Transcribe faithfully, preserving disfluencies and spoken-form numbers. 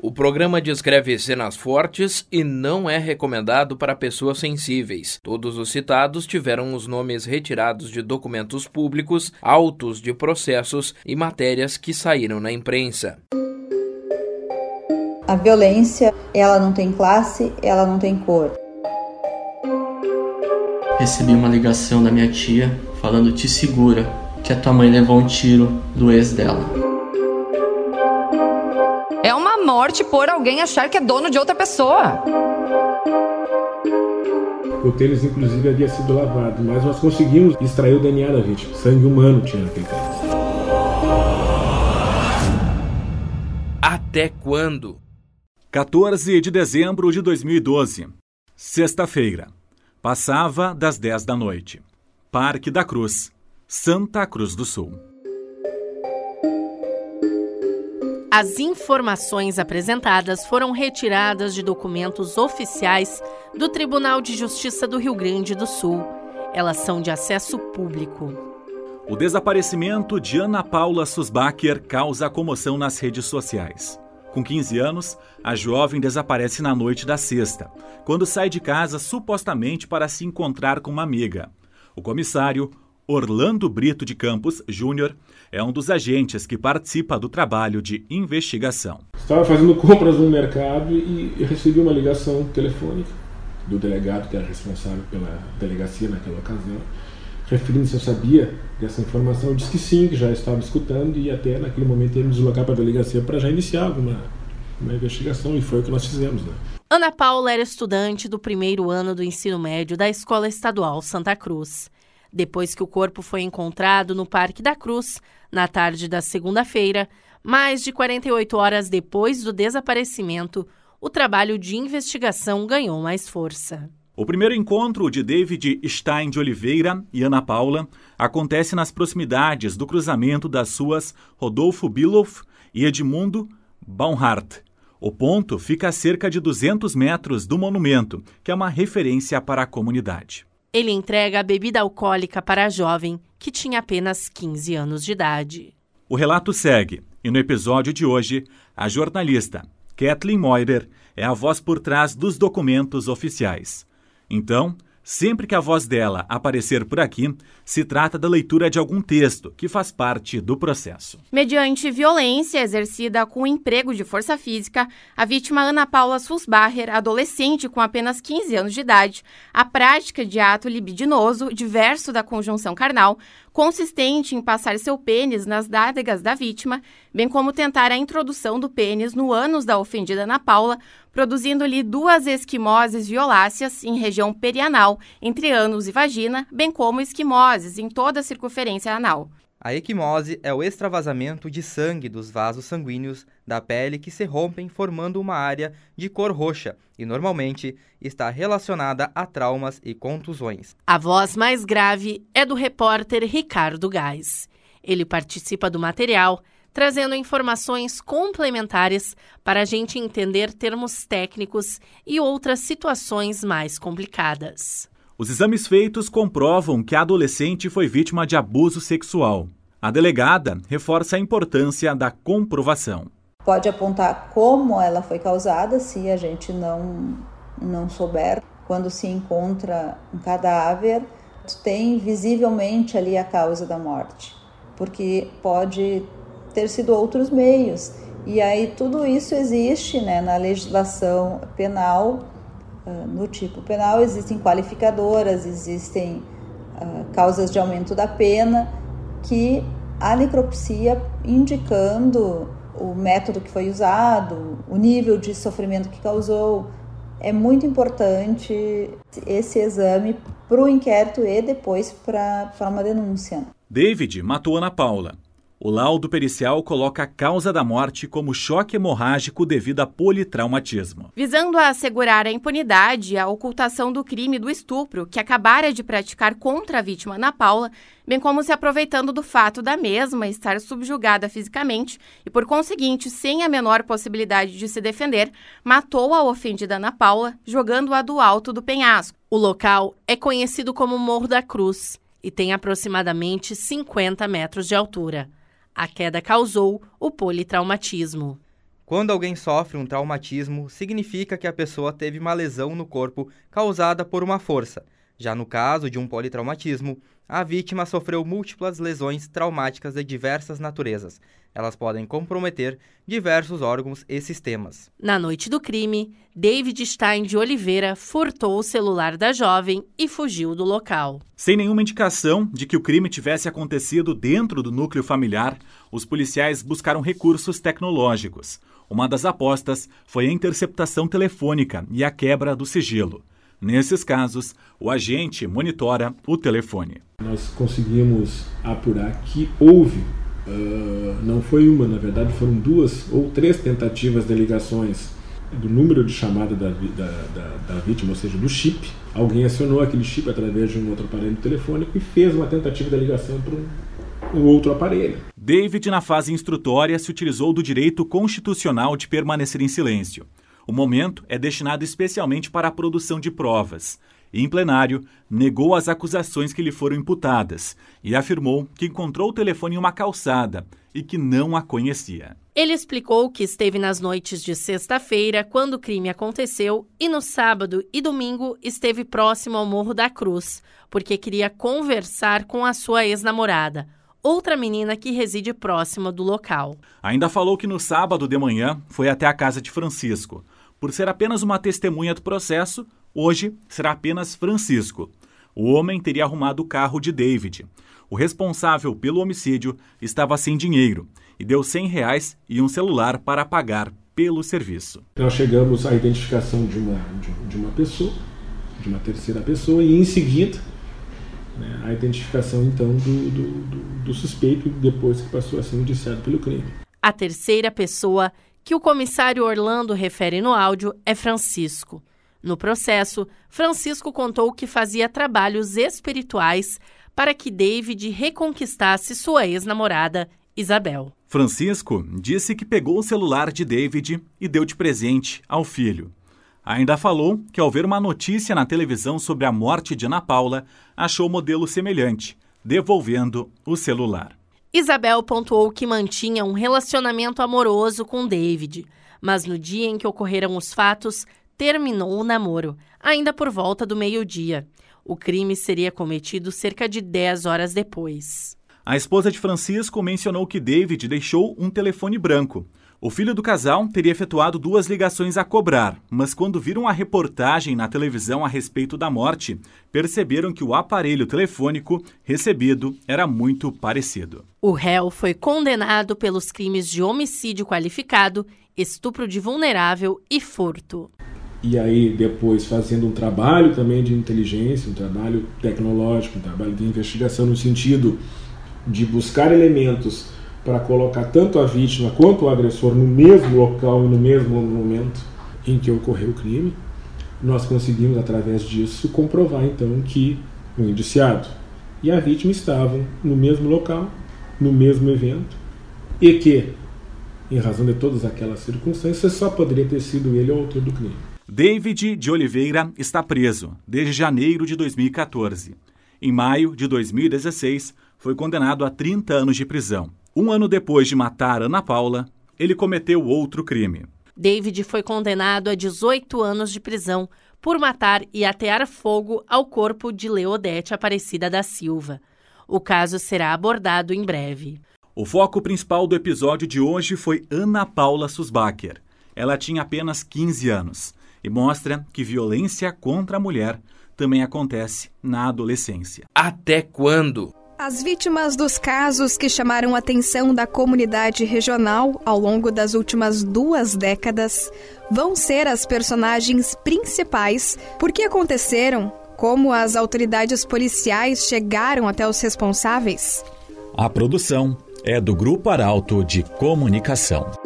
O programa descreve cenas fortes e não é recomendado para pessoas sensíveis. Todos os citados tiveram os nomes retirados de documentos públicos, autos de processos e matérias que saíram na imprensa. A violência, ela não tem classe, ela não tem cor. Recebi uma ligação da minha tia falando: te segura, que a tua mãe levou um tiro do ex dela. É uma morte por alguém achar que é dono de outra pessoa. O tênis, inclusive, havia sido lavado, mas nós conseguimos extrair o D N A da vítima. Sangue humano tinha naquele tênis. Até quando? quatorze de dezembro de dois mil e doze. Sexta-feira. Passava das dez da noite. Parque da Cruz, Santa Cruz do Sul. As informações apresentadas foram retiradas de documentos oficiais do Tribunal de Justiça do Rio Grande do Sul. Elas são de acesso público. O desaparecimento de Ana Paula Susbacher causa comoção nas redes sociais. Com quinze anos, a jovem desaparece na noite da sexta, quando sai de casa supostamente para se encontrar com uma amiga. O comissário Orlando Brito de Campos Júnior é um dos agentes que participa do trabalho de investigação. Estava fazendo compras no mercado e recebi uma ligação telefônica do delegado que era responsável pela delegacia naquela ocasião, referindo se eu sabia dessa informação. Eu disse que sim, que já estava escutando e até naquele momento ia me deslocar para a delegacia para já iniciar alguma uma investigação, e foi o que nós fizemos, né? Ana Paula era estudante do primeiro ano do ensino médio da Escola Estadual Santa Cruz. Depois que o corpo foi encontrado no Parque da Cruz, na tarde da segunda-feira, mais de quarenta e oito horas depois do desaparecimento, o trabalho de investigação ganhou mais força. O primeiro encontro de David Stein de Oliveira e Ana Paula acontece nas proximidades do cruzamento das ruas Rodolfo Biloff e Edmundo Baumhart. O ponto fica a cerca de duzentos metros do monumento, que é uma referência para a comunidade. Ele entrega a bebida alcoólica para a jovem, que tinha apenas quinze anos de idade. O relato segue, e no episódio de hoje, a jornalista Kathleen Moirer é a voz por trás dos documentos oficiais. Então, sempre que a voz dela aparecer por aqui, se trata da leitura de algum texto que faz parte do processo. Mediante violência exercida com emprego de força física, a vítima Ana Paula Susbacher, adolescente com apenas quinze anos de idade, a prática de ato libidinoso diverso da conjunção carnal, consistente em passar seu pênis nas nádegas da vítima, bem como tentar a introdução do pênis no ânus da ofendida Ana Paula, produzindo-lhe duas esquimoses violáceas em região perianal, entre ânus e vagina, bem como esquimoses em toda a circunferência anal. A equimose é o extravasamento de sangue dos vasos sanguíneos da pele que se rompem formando uma área de cor roxa e normalmente está relacionada a traumas e contusões. A voz mais grave é do repórter Ricardo Gás. Ele participa do material, trazendo informações complementares para a gente entender termos técnicos e outras situações mais complicadas. Os exames feitos comprovam que a adolescente foi vítima de abuso sexual. A delegada reforça a importância da comprovação. Pode apontar como ela foi causada, se a gente não, não souber. Quando se encontra um cadáver, tem visivelmente ali a causa da morte, porque pode ter sido outros meios. E aí tudo isso existe, né, na legislação penal. Uh, no tipo penal existem qualificadoras, existem uh, causas de aumento da pena, que a necropsia indicando o método que foi usado, o nível de sofrimento que causou. É muito importante esse exame para o inquérito e depois para uma denúncia. David matou Ana Paula. O laudo pericial coloca a causa da morte como choque hemorrágico devido a politraumatismo. Visando a assegurar a impunidade e a ocultação do crime do estupro que acabara de praticar contra a vítima Ana Paula, bem como se aproveitando do fato da mesma estar subjugada fisicamente e, por conseguinte, sem a menor possibilidade de se defender, matou a ofendida Ana Paula, jogando-a do alto do penhasco. O local é conhecido como Morro da Cruz e tem aproximadamente cinquenta metros de altura. A queda causou o politraumatismo. Quando alguém sofre um traumatismo, significa que a pessoa teve uma lesão no corpo causada por uma força. Já no caso de um politraumatismo, a vítima sofreu múltiplas lesões traumáticas de diversas naturezas. Elas podem comprometer diversos órgãos e sistemas. Na noite do crime, David Stein de Oliveira furtou o celular da jovem e fugiu do local. Sem nenhuma indicação de que o crime tivesse acontecido dentro do núcleo familiar, os policiais buscaram recursos tecnológicos. Uma das apostas foi a interceptação telefônica e a quebra do sigilo. Nesses casos, o agente monitora o telefone. Nós conseguimos apurar que houve, uh, não foi uma, na verdade foram duas ou três tentativas de ligações do número de chamada da, da, da, da vítima, ou seja, do chip. Alguém acionou aquele chip através de um outro aparelho telefônico e fez uma tentativa de ligação para um, um outro aparelho. David, na fase instrutória, se utilizou do direito constitucional de permanecer em silêncio. O momento é destinado especialmente para a produção de provas. E, em plenário, negou as acusações que lhe foram imputadas e afirmou que encontrou o telefone em uma calçada e que não a conhecia. Ele explicou que esteve nas noites de sexta-feira, quando o crime aconteceu, e no sábado e domingo esteve próximo ao Morro da Cruz, porque queria conversar com a sua ex-namorada, outra menina que reside próxima do local. Ainda falou que no sábado de manhã foi até a casa de Francisco. Por ser apenas uma testemunha do processo, hoje será apenas Francisco. O homem teria arrumado o carro de David. O responsável pelo homicídio estava sem dinheiro e deu cem reais e um celular para pagar pelo serviço. Nós chegamos à identificação de uma, de, de uma pessoa, de uma terceira pessoa, e em seguida né, a identificação então do, do, do, do suspeito depois que passou a ser indiciado pelo crime. A terceira pessoa que o comissário Orlando refere no áudio é Francisco. No processo, Francisco contou que fazia trabalhos espirituais para que David reconquistasse sua ex-namorada, Isabel. Francisco disse que pegou o celular de David e deu de presente ao filho. Ainda falou que, ao ver uma notícia na televisão sobre a morte de Ana Paula, achou o modelo semelhante, devolvendo o celular. Isabel pontuou que mantinha um relacionamento amoroso com David, mas no dia em que ocorreram os fatos, terminou o namoro, ainda por volta do meio-dia. O crime seria cometido cerca de dez horas depois. A esposa de Francisco mencionou que David deixou um telefone branco. O filho do casal teria efetuado duas ligações a cobrar, mas quando viram a reportagem na televisão a respeito da morte, perceberam que o aparelho telefônico recebido era muito parecido. O réu foi condenado pelos crimes de homicídio qualificado, estupro de vulnerável e furto. E aí, depois, fazendo um trabalho também de inteligência, um trabalho tecnológico, um trabalho de investigação no sentido de buscar elementos para colocar tanto a vítima quanto o agressor no mesmo local e no mesmo momento em que ocorreu o crime, nós conseguimos, através disso, comprovar, então, que o indiciado e a vítima estavam no mesmo local, no mesmo evento, e que, em razão de todas aquelas circunstâncias, só poderia ter sido ele o autor do crime. David de Oliveira está preso desde janeiro de dois mil e quatorze. Em maio de dois mil e dezesseis, foi condenado a trinta anos de prisão. Um ano depois de matar Ana Paula, ele cometeu outro crime. David foi condenado a dezoito anos de prisão por matar e atear fogo ao corpo de Leodete Aparecida da Silva. O caso será abordado em breve. O foco principal do episódio de hoje foi Ana Paula Susbacher. Ela tinha apenas quinze anos e mostra que violência contra a mulher também acontece na adolescência. Até quando? As vítimas dos casos que chamaram a atenção da comunidade regional ao longo das últimas duas décadas vão ser as personagens principais, por que aconteceram, como as autoridades policiais chegaram até os responsáveis. A produção é do Grupo Arauto de Comunicação.